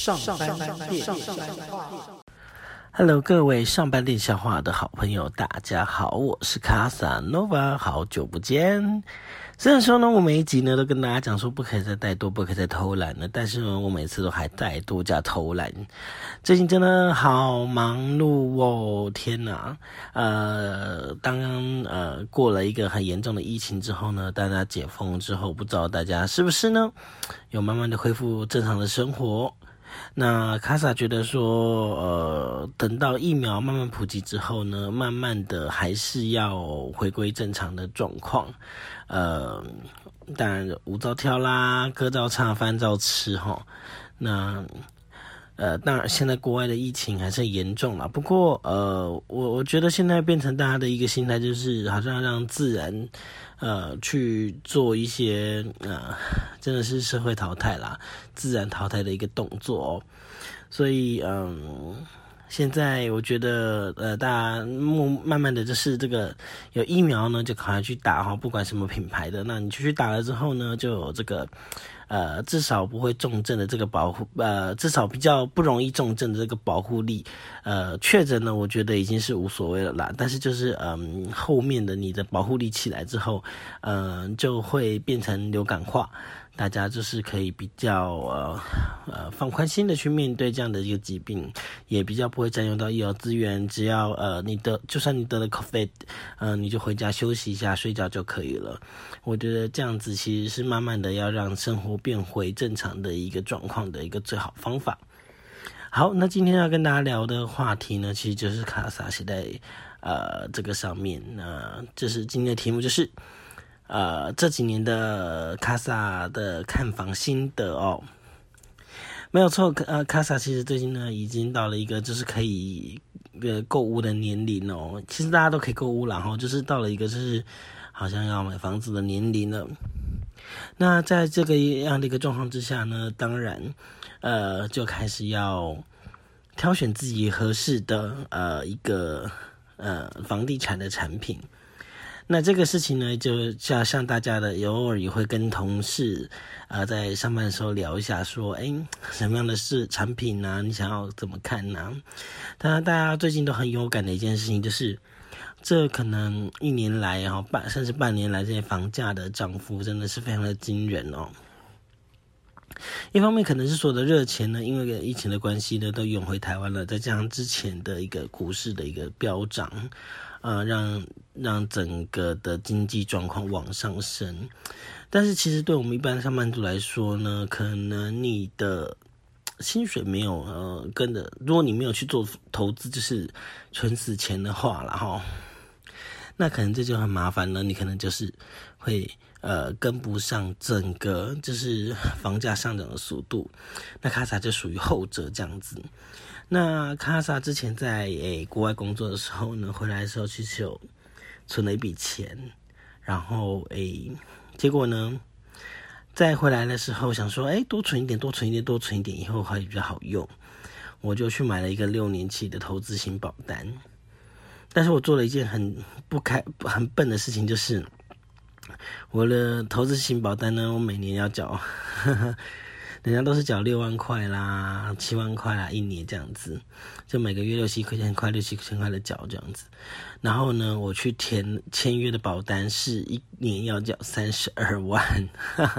上班练笑话。Hello， 各位上班练笑话的好朋友，大家好，我是卡萨诺瓦，好久不见。虽然说呢，我每一集呢都跟大家讲说不可以再怠惰，不可以再偷懒了，但是呢，我每次都还怠惰加偷懒。最近真的好忙碌哦，天哪！刚刚过了一个很严重的疫情之后呢，大家解封之后，不知道大家是不是呢，有慢慢的恢复正常的生活。那卡萨觉得说，等到疫苗慢慢普及之后呢，慢慢的还是要回归正常的状况。当然舞照跳啦，歌照唱，饭照吃齁。那当然现在国外的疫情还是很严重啦，不过我觉得现在变成大家的一个心态，就是好像让自然去做一些真的是社会淘汰啦，自然淘汰的一个动作哦。所以现在我觉得大家慢慢的就是这个有疫苗呢，就赶快去打哈，不管什么品牌的，那你去打了之后呢，就有这个至少不会重症的这个保护，至少比较不容易重症的这个保护力。确诊呢，我觉得已经是无所谓了啦，但是就是后面的你的保护力起来之后，就会变成流感化。大家就是可以比较放宽心的去面对这样的一个疾病，也比较不会占用到医疗资源。只要就算你得了 COVID， 你就回家休息一下，睡觉就可以了。我觉得这样子其实是慢慢的要让生活变回正常的一个状况的一个最好方法。好，那今天要跟大家聊的话题呢，其实就是卡萨写在这个上面。就是今天的题目就是这几年的卡萨的看房心得哦。没有错，卡萨其实最近呢已经到了一个就是可以购物的年龄哦。其实大家都可以购物啦，然后就是到了一个就是好像要买房子的年龄了。那在这个样的一个状况之下呢，当然就开始要挑选自己合适的一个房地产的产品。那这个事情呢，就像大家的偶尔也会跟同事在上班的时候聊一下，说什么样的是产品啊，你想要怎么看啊。当然大家最近都很有感的一件事情，就是这可能一年来甚至半年来，这些房价的涨幅真的是非常的惊人哦。一方面可能是所有的热钱呢，因为疫情的关系呢，都涌回台湾了，再加上之前的一个股市的一个飙涨，让整个的经济状况往上升。但是其实对我们一般上班族来说呢，可能你的薪水没有跟着，如果你没有去做投资，就是存死钱的话啦齁，那可能这就很麻烦了，你可能就是会跟不上整个就是房价上涨的速度。那卡萨就属于后者这样子。那卡萨之前在国外工作的时候呢，回来的时候其实有存了一笔钱，然后结果呢再回来的时候想说多存一点以后会比较好用，我就去买了一个6年期的投资型保单。但是我做了一件很笨的事情，就是我的投资型保单呢，我每年要缴人家都是缴6万块啦7万块啦一年这样子，就每个月6-7块的缴这样子。然后呢，我去签约的保单是一年要缴32万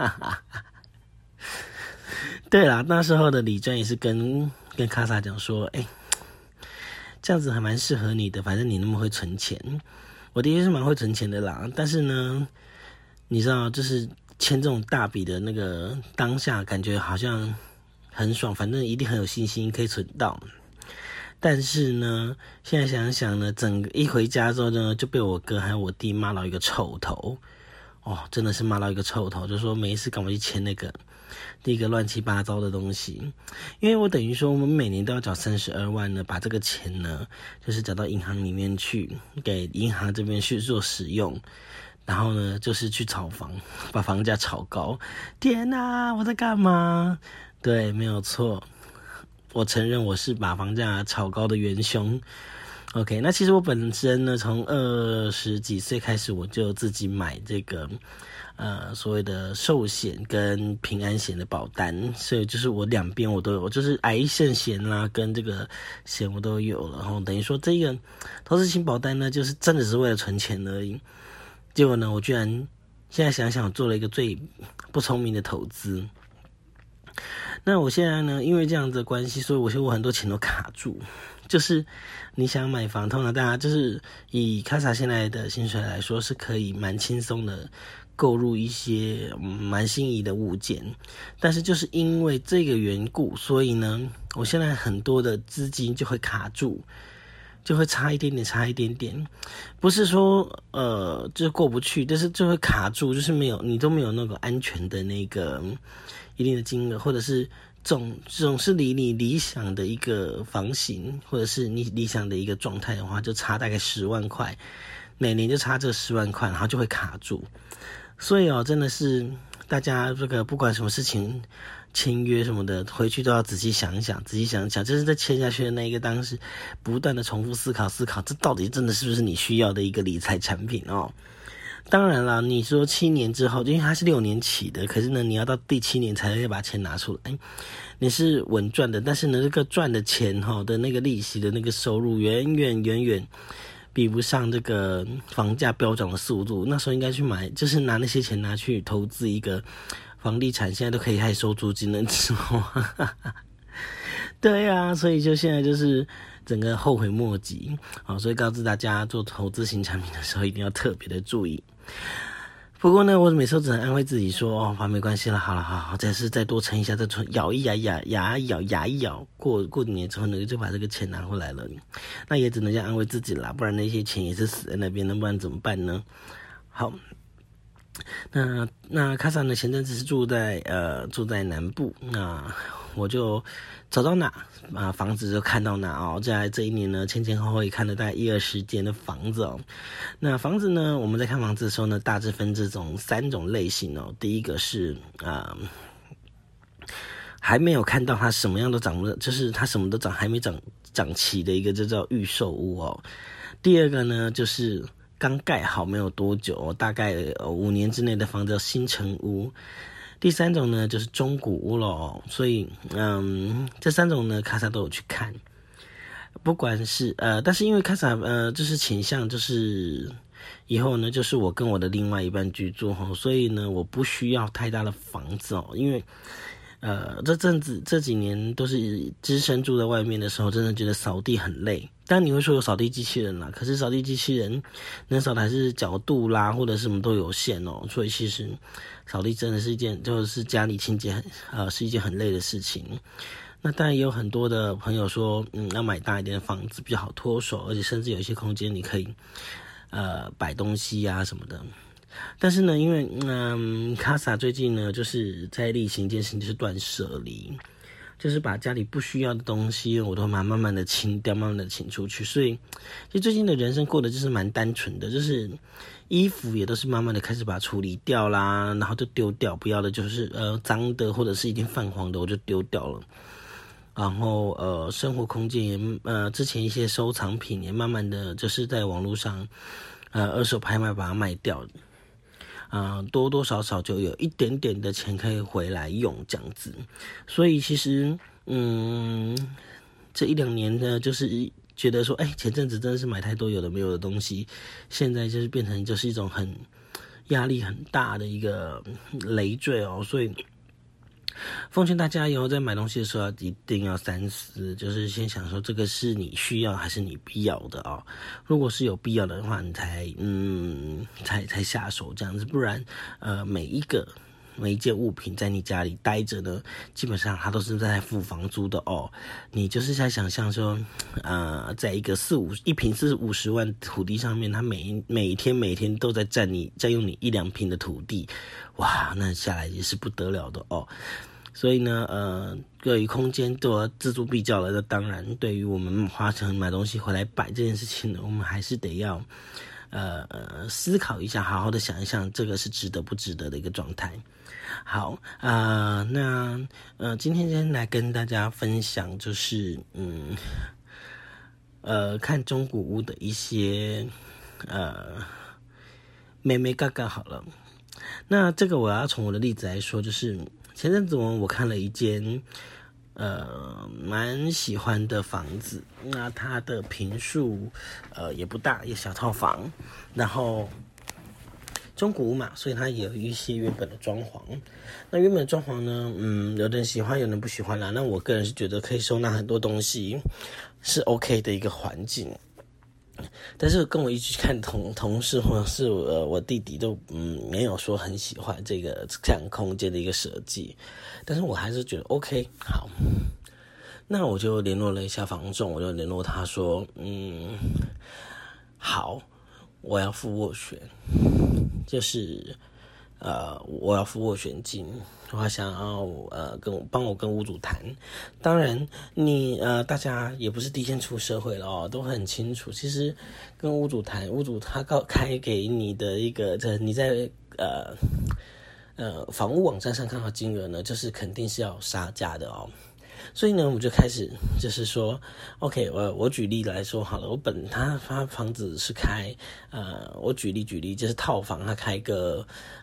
对啦，那时候的理专也是跟卡萨讲说这样子还蛮适合你的，反正你那么会存钱。我的确是蛮会存钱的啦，但是呢你知道就是签这种大笔的那个当下感觉好像很爽，反正一定很有信心可以存到。但是呢现在想想呢，整个一回家之后呢，就被我哥还有我弟骂到一个臭头真的是骂到一个臭头，就说没事干嘛去签那个第一个乱七八糟的东西。因为我等于说我们每年都要缴32万呢，把这个钱呢就是缴到银行里面去，给银行这边去做使用，然后呢就是去炒房，把房价炒高。天哪，我在干嘛？对，没有错，我承认我是把房价炒高的元凶。 OK， 那其实我本身呢，从20几岁开始，我就自己买这个所谓的寿险跟平安险的保单，所以就是我两边我都有，就是癌症险啦跟这个险我都有了。然后等于说这个投资型保单呢，就是真的是为了存钱而已。结果呢，我居然现在想想，我做了一个最不聪明的投资。那我现在呢，因为这样子的关系，所以我很多钱都卡住。就是你想买房，通常大家就是以卡萨现在的薪水来说，是可以蛮轻松的购入一些蛮心仪的物件。但是就是因为这个缘故，所以呢，我现在很多的资金就会卡住，就会差一点点，不是说就是过不去，但是就会卡住，就是你都没有那个安全的那个一定的金额，或者是总是离你理想的一个房型，或者是你理想的一个状态的话，就差大概10万块，每年就差这10万块，然后就会卡住。所以真的是大家这个不管什么事情签约什么的，回去都要仔细想一想，就是在签下去的那一个当时不断的重复思考，这到底真的是不是你需要的一个理财产品哦。当然啦，你说7年之后，因为它是6年起的，可是呢，你要到第7年才会把钱拿出来，你是稳赚的，但是呢，这个赚的钱的那个利息的那个收入，远比不上这个房价飙涨的速度。那时候应该去买，就是拿那些钱拿去投资一个房地产，现在都可以开始收租金了，之后，对啊，所以就现在就是整个后悔莫及。好，所以告知大家做投资型产品的时候，一定要特别的注意。不过呢，我每次都只能安慰自己说，没关系了，好了，再多撑一下，再咬一咬，过年之后呢，就把这个钱拿回来了。那也只能这样安慰自己啦，不然那些钱也是死在那边，那不然怎么办呢？好，那卡萨呢，前阵子是住在南部，那我就走到哪房子就看到哪在这一年呢，前后也看了大概1-20间的房子那房子呢，我们在看房子的时候呢，大致分这种3种类型第一个是还没有看到它什么样都长不，就是它什么都还没长齐的一个，就叫预售屋第二个呢，就是刚盖好没有多久大概5年之内的房子叫新成屋。第3种呢，就是中古屋了所以这3种呢，卡萨都有去看。不管是但是因为卡萨就是倾向就是以后呢，就是我跟我的另外一半居住所以呢，我不需要太大的房子因为这几年都是只身住在外面的时候，真的觉得扫地很累。当然你会说有扫地机器人啦，可是扫地机器人能扫的还是角度啦，或者什么都有限所以其实扫地真的是就是家里清洁是一件很累的事情。那当然也有很多的朋友说要买大一点的房子比较好脱手，而且甚至有一些空间你可以摆东西什么的。但是呢，因为卡萨最近呢，就是在例行一件事情，就是断舍离，就是把家里不需要的东西，我都慢慢的清掉，慢慢的清出去。所以，其实最近的人生过得就是蛮单纯的，就是衣服也都是慢慢的开始把它处理掉啦，然后就丢掉，不要的就是脏的或者是已经泛黄的，我就丢掉了。然后生活空间也之前一些收藏品也慢慢的就是在网络上二手拍卖把它卖掉。多多少少就有一点点的钱可以回来用这样子，所以其实这1-2年呢，就是觉得说前阵子真的是买太多有的没有的东西，现在就是变成就是一种很压力很大的一个累赘所以奉劝大家以后在买东西的时候一定要三思，就是先想说这个是你需要还是你必要的如果是有必要的话，你才下手这样子，不然每一件物品在你家里待着呢，基本上它都是在付房租的你就是在想象说在一个一坪40-50万土地上面，它每天都在占用你1-2坪的土地，哇，那下来也是不得了的所以呢对于空间都要锱铢必较了。那当然对于我们花钱买东西回来摆这件事情呢，我们还是得要思考一下，好好的想一想这个是值得不值得的一个状态。好那今天先来跟大家分享就是看中古屋的一些妹妹嘎嘎好了。那这个我要从我的例子来说，就是前阵子我看了一间蛮喜欢的房子，那它的坪数也不大，也小套房，然后中古屋嘛，所以它也有一些原本的装潢。那原本的装潢呢，有的人喜欢，有人不喜欢啦。那我个人是觉得可以收纳很多东西，是 OK 的一个环境。但是跟我一起去看同事或者是我弟弟都没有说很喜欢这样空间的一个设计，但是我还是觉得 OK 好。那我就联络了一下房仲，我就联络他说好，我要付斡旋，就是我要付斡旋金，我想要帮我跟屋主谈。当然你大家也不是第一天出社会了哦，都很清楚。其实跟屋主谈，屋主他开给你的一个你在房屋网站上看到金额呢，就是肯定是要杀价的哦。所以呢，我们就开始就是说 ，OK， 我举例来说好了，他房子是开我举例就是套房，他开个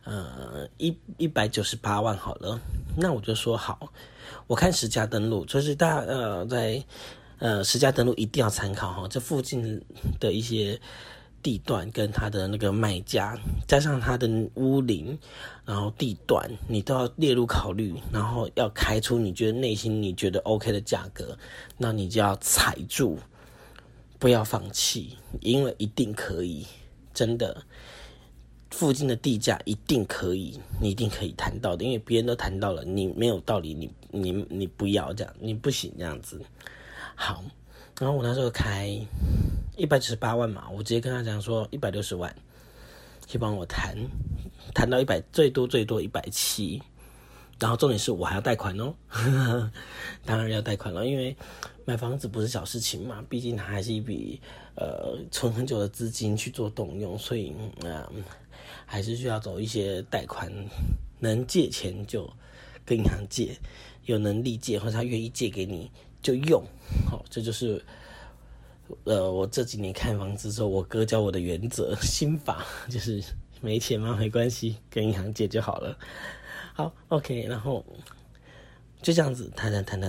198万好了，那我就说好，我看实价登录，就是大家在实价登录一定要参考哈，这附近的一些地段跟它的那个卖价，加上它的屋龄，然后地段，你都要列入考虑，然后要开出你觉得内心你觉得 OK 的价格，那你就要踩住，不要放弃，因为一定可以，真的，附近的地价一定可以，你一定可以谈到的，因为别人都谈到了，你没有道理，你不要这样，你不行这样子，好。然后我那时候开198万嘛，我直接跟他讲说160万，去帮我谈到100，最多170，然后重点是我还要贷款哦，当然要贷款了，因为买房子不是小事情嘛，毕竟它还是一笔存很久的资金去做动用，所以还是需要走一些贷款，能借钱就跟银行借，有能力借或者他愿意借给你就用，好，这就是我这几年看房子之后，我哥教我的原则心法，就是没钱嘛没关系，跟银行借就好了。好 ，OK， 然后就这样子谈，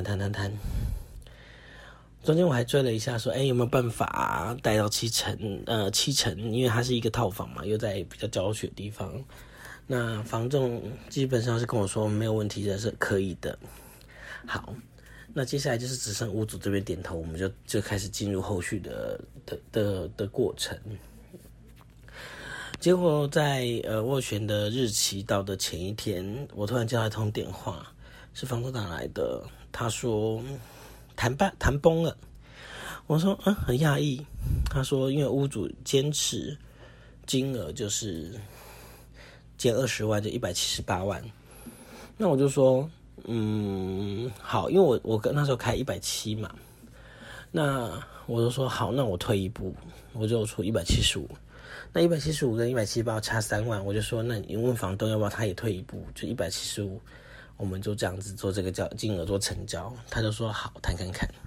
中间我还追了一下，说，有没有办法贷到7成，因为它是一个套房嘛，又在比较郊区的地方。那房仲基本上是跟我说没有问题的，是可以的。好。那接下来就是只剩屋主这边点头，我们就开始进入后续的过程。结果在斡旋的日期到的前一天，我突然接到一通电话，是房东打来的，他说谈崩了。我说很讶异，他说因为屋主坚持金额就是减20万，就178万。那我就说。好，因为我那时候开170嘛，那我就说好，那我退一步，我就出175，那175跟178差3万，我就说那你问房东要不要他也退一步，就175，我们就这样子做这个金额做成交，他就说好，谈看看。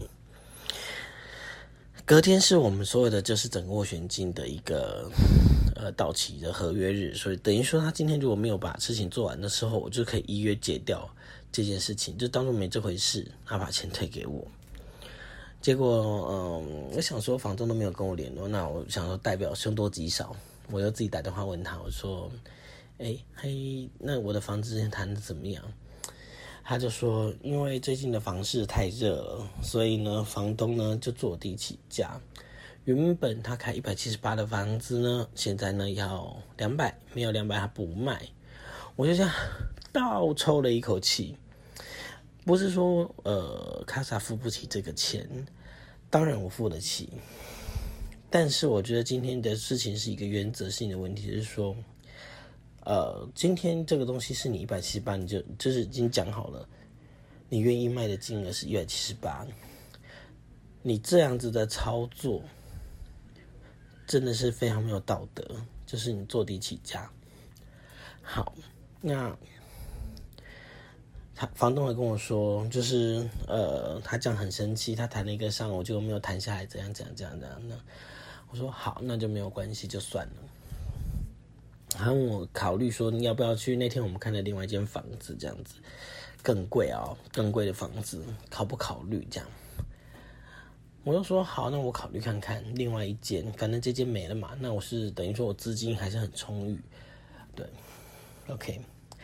隔天是我们所有的就是整个斡旋金的一个到期的合约日，所以等于说他今天如果没有把事情做完的时候，我就可以依约解掉这件事情，就当作没这回事，他把钱退给我。结果我想说房东都没有跟我联络，那我想说代表凶多吉少，我就自己打电话问他，我说那我的房子之前谈的怎么样？他就说因为最近的房市太热了，所以呢房东呢就坐地起价，原本他开178的房子呢，现在呢要200，没有200他不卖。我就这样倒抽了一口气，不是说卡萨付不起这个钱，当然我付得起，但是我觉得今天的事情是一个原则性的问题，就是说今天这个东西是你178，你就是已经讲好了，你愿意卖的金额是178，你这样子的操作真的是非常没有道德，就是你坐地起价。好，那房东还跟我说，就是他这样很生气，他谈了一个上午就没有谈下来，怎样。那我说好，那就没有关系，就算了。然后我考虑说，你要不要去？那天我们看了另外一间房子，这样子更贵更贵的房子，考不考虑这样？我就说好，那我考虑看看另外一间，反正这间没了嘛，那我是等于说我资金还是很充裕，对 ，OK。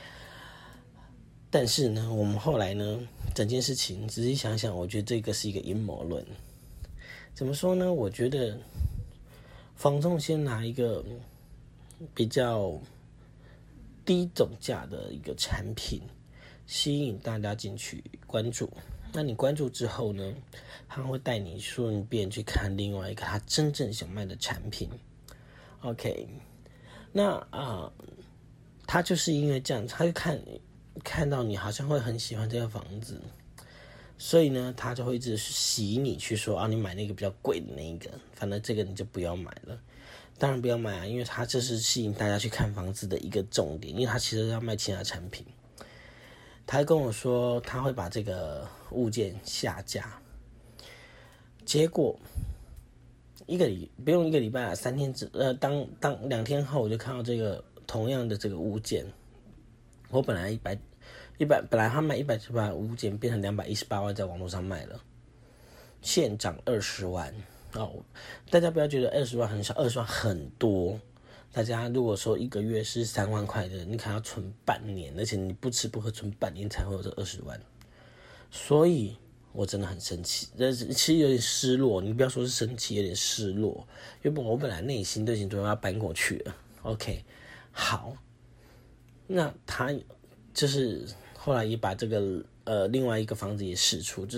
但是呢，我们后来呢，整件事情仔细想想，我觉得这个是一个阴谋论。怎么说呢？我觉得房仲先拿一个比较低总价的一个产品，吸引大家进去关注。那你关注之后呢，他会带你顺便去看另外一个他真正想卖的产品。OK， 那他就是因为这样，他就看到你好像会很喜欢这个房子，所以呢，他就会一直洗你去说你买那个比较贵的那一个，反正这个你就不要买了。当然不要买因为他这是吸引大家去看房子的一个重点，因为他其实要卖其他产品。他还跟我说他会把这个物件下架，结果不用一个礼拜3天当2天后我就看到这个同样的这个物件。我本来本来他卖118物件变成218万，在网络上卖了，现涨20万大家不要觉得20万很少，20万很多。大家如果说一个月是3万块的，你可能要存半年，而且你不吃不喝存半年才会有这20万。所以我真的很生气，其实有点失落。你不要说是生气，有点失落，因为我本来内心都已经准备要搬过去了。OK， 好。那他就是后来也把这个另外一个房子也释出，就是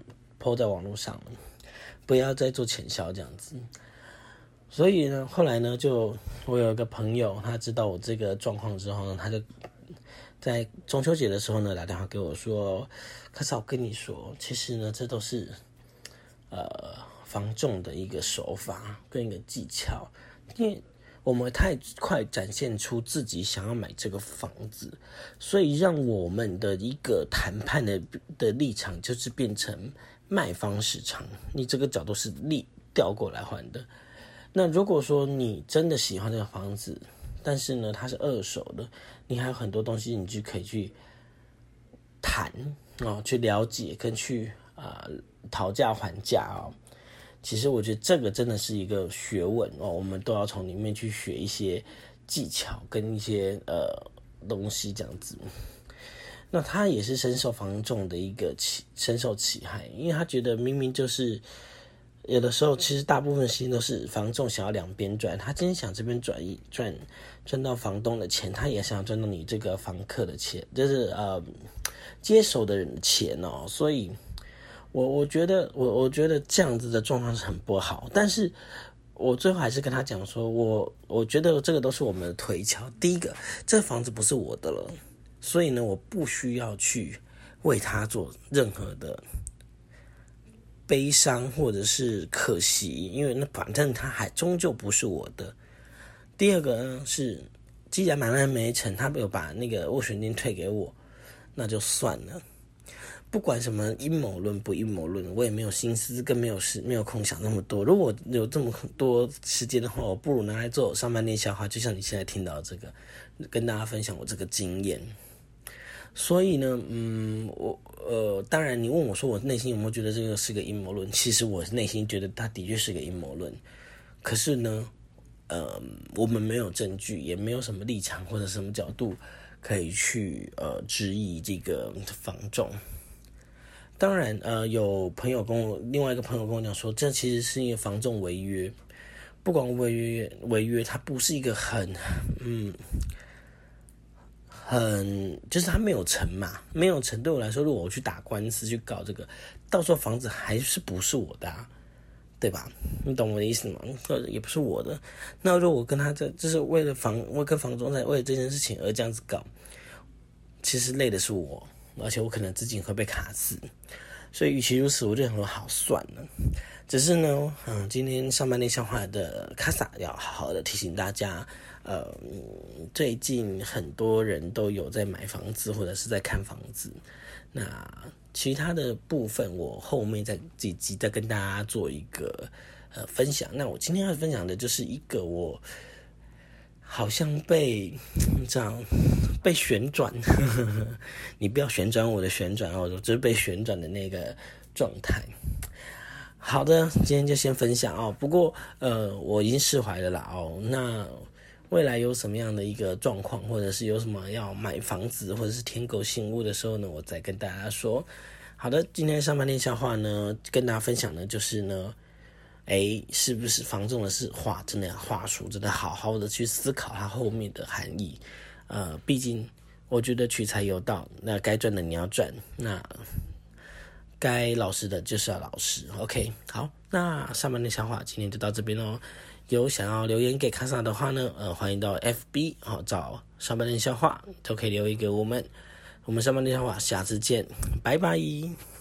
po 在网络上了，不要再做潜销这样子。所以呢，后来呢，我有一个朋友，他知道我这个状况之后呢，他就在中秋节的时候呢打电话给我说：“可是我跟你说，其实呢，这都是房仲的一个手法跟一个技巧，因为我们太快展现出自己想要买这个房子，所以让我们的一个谈判的立场就是变成卖方市场，你这个角度是调过来换的。那如果说你真的喜欢这个房子，但是呢它是二手的，你还有很多东西你就可以去谈去了解跟去讨价还价其实我觉得这个真的是一个学问我们都要从里面去学一些技巧跟一些东西这样子。那他也是深受房仲的一个深受其害，因为他觉得明明就是有的时候其实大部分事情都是房仲想要两边赚，他今天想这边赚到房东的钱，他也想赚到你这个房客的钱，就是接手的人的钱所以我觉得这样子的状况是很不好，但是我最后还是跟他讲说，我觉得这个都是我们的推敲。第一个，这个房子不是我的了，所以呢，我不需要去为他做任何的悲伤或者是可惜，因为那反正他还终究不是我的。第二个呢是，既然买卖没成，他没有把那个斡旋金退给我，那就算了。不管什么阴谋论不阴谋论，我也没有心思，更没有空想那么多。如果有这么多时间的话，我不如拿来做上半年消化，就像你现在听到这个，跟大家分享我这个经验。所以呢，当然你问我说我内心有没有觉得这个是个阴谋论？其实我内心觉得它的确是个阴谋论。可是呢，我们没有证据，也没有什么立场或者什么角度可以去质疑这个房仲。当然，有另外一个朋友跟我讲说，这其实是一个房仲违约。不管违约，它不是一个就是它没有成嘛，没有成对我来说，如果我去打官司去搞这个，到时候房子还是不是我的对吧？你懂我的意思吗？也不是我的。那如果我跟他就是我跟房仲在为了这件事情而这样子搞，其实累的是我。而且我可能资金会被卡死， 所以与其如此，我就想说好算了。只是呢，今天上半年笑话的卡萨要好好的提醒大家，最近很多人都有在买房子或者是在看房子，那其他的部分我后面再几集再跟大家做一个分享。那我今天要分享的就是一个我好像被旋转，你不要旋转我的旋转哦，就是被旋转的那个状态。好的，今天就先分享哦。不过我已经释怀了啦哦。那未来有什么样的一个状况，或者是有什么要买房子或者是添购新屋的时候呢，我再跟大家说。好的，今天上半天笑话呢，跟大家分享的就是呢，是不是房仲的是话真的话术，真的好好的去思考它后面的含义。毕竟我觉得取财有道，那该赚的你要赚，那该老实的就是要老实。 OK， 好，那上半天笑话今天就到这边咯。有想要留言给卡萨的话呢，欢迎到 FB 找上半天笑话，都可以留言给我们。我们上半天笑话下次见，拜拜。